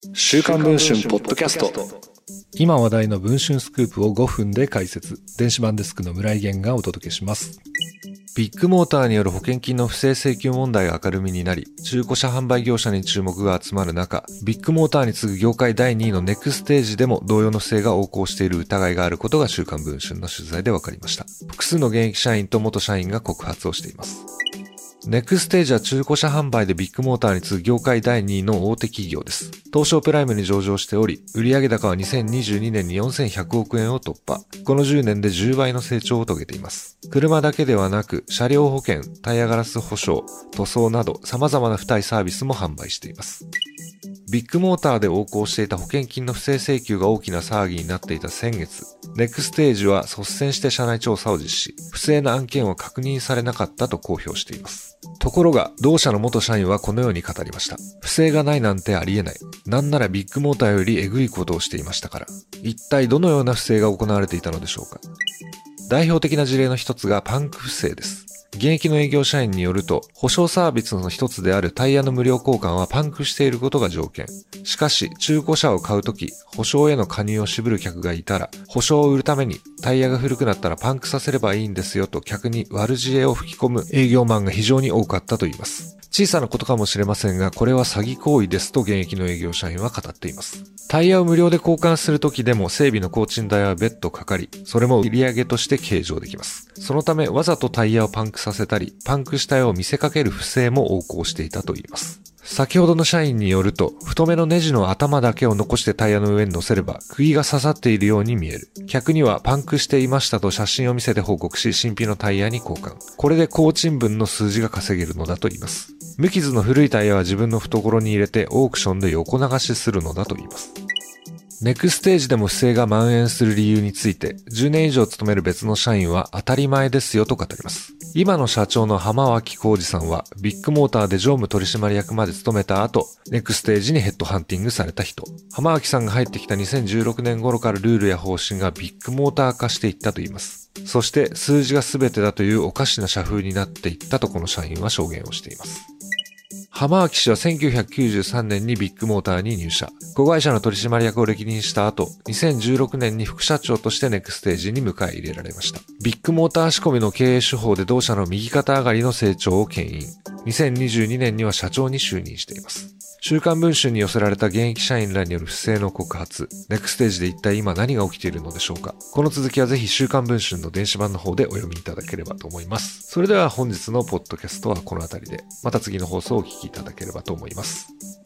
週刊文春ポッドキャスト。 今話題の文春スクープを5分で解説。電子版デスクの村井源がお届けします。ビッグモーターによる保険金の不正請求問題が明るみになり、中古車販売業者に注目が集まる中、ビッグモーターに次ぐ業界第2位のネクステージでも同様の不正が横行している疑いがあることが週刊文春の取材で分かりました。複数の現役社員と元社員が告発をしています。ネクステージは中古車販売でビッグモーターに次ぐ業界第2位の大手企業です。東証プライムに上場しており、売上高は2022年に4100億円を突破。この10年で10倍の成長を遂げています。車だけではなく、車両保険、タイヤガラス保証、塗装など様々な付帯サービスも販売しています。ビッグモーターで横行していた保険金の不正請求が大きな騒ぎになっていた先月、ネクステージは率先して社内調査を実施、不正な案件は確認されなかったと公表しています。ところが、同社の元社員はこのように語りました。不正がないなんてありえない。なんならビッグモーターよりえぐいことをしていましたから。一体どのような不正が行われていたのでしょうか。代表的な事例の一つがパンク不正です。現役の営業社員によると、保証サービスの一つであるタイヤの無料交換はパンクしていることが条件。しかし、中古車を買うとき、保証への加入を渋る客がいたら、保証を売るためにタイヤが古くなったらパンクさせればいいんですよと客に悪知恵を吹き込む営業マンが非常に多かったといいます。小さなことかもしれませんが、これは詐欺行為ですと現役の営業社員は語っています。タイヤを無料で交換するときでも整備の工賃代は別途かかり、それも売上として計上できます。そのためわざとタイヤをパンクさせたり、パンクした絵を見せかける不正も横行していたといいます。先ほどの社員によると、太めのネジの頭だけを残してタイヤの上に乗せれば、釘が刺さっているように見える。客にはパンクしていましたと写真を見せて報告し、新品のタイヤに交換。これで工賃分の数字が稼げるのだと言います。無傷の古いタイヤは自分の懐に入れてオークションで横流しするのだと言います。ネクステージでも不正が蔓延する理由について、10年以上勤める別の社員は当たり前ですよと語ります。今の社長の浜脇浩二さんは、ビッグモーターで常務取締役まで務めた後、ネクステージにヘッドハンティングされた人。浜脇さんが入ってきた2016年頃からルールや方針がビッグモーター化していったといいます。そして数字が全てだというおかしな社風になっていったとこの社員は証言をしています。浜脇氏は1993年にビッグモーターに入社。子会社の取締役を歴任した後、2016年に副社長としてネクステージに迎え入れられました。ビッグモーター仕込みの経営手法で同社の右肩上がりの成長を牽引。2022年には社長に就任しています。週刊文春に寄せられた現役社員らによる不正の告発。ネクステージで一体今何が起きているのでしょうか。この続きはぜひ週刊文春の電子版の方でお読みいただければと思います。それでは本日のポッドキャストはこの辺りで、また次の放送をお聞きいただければと思います。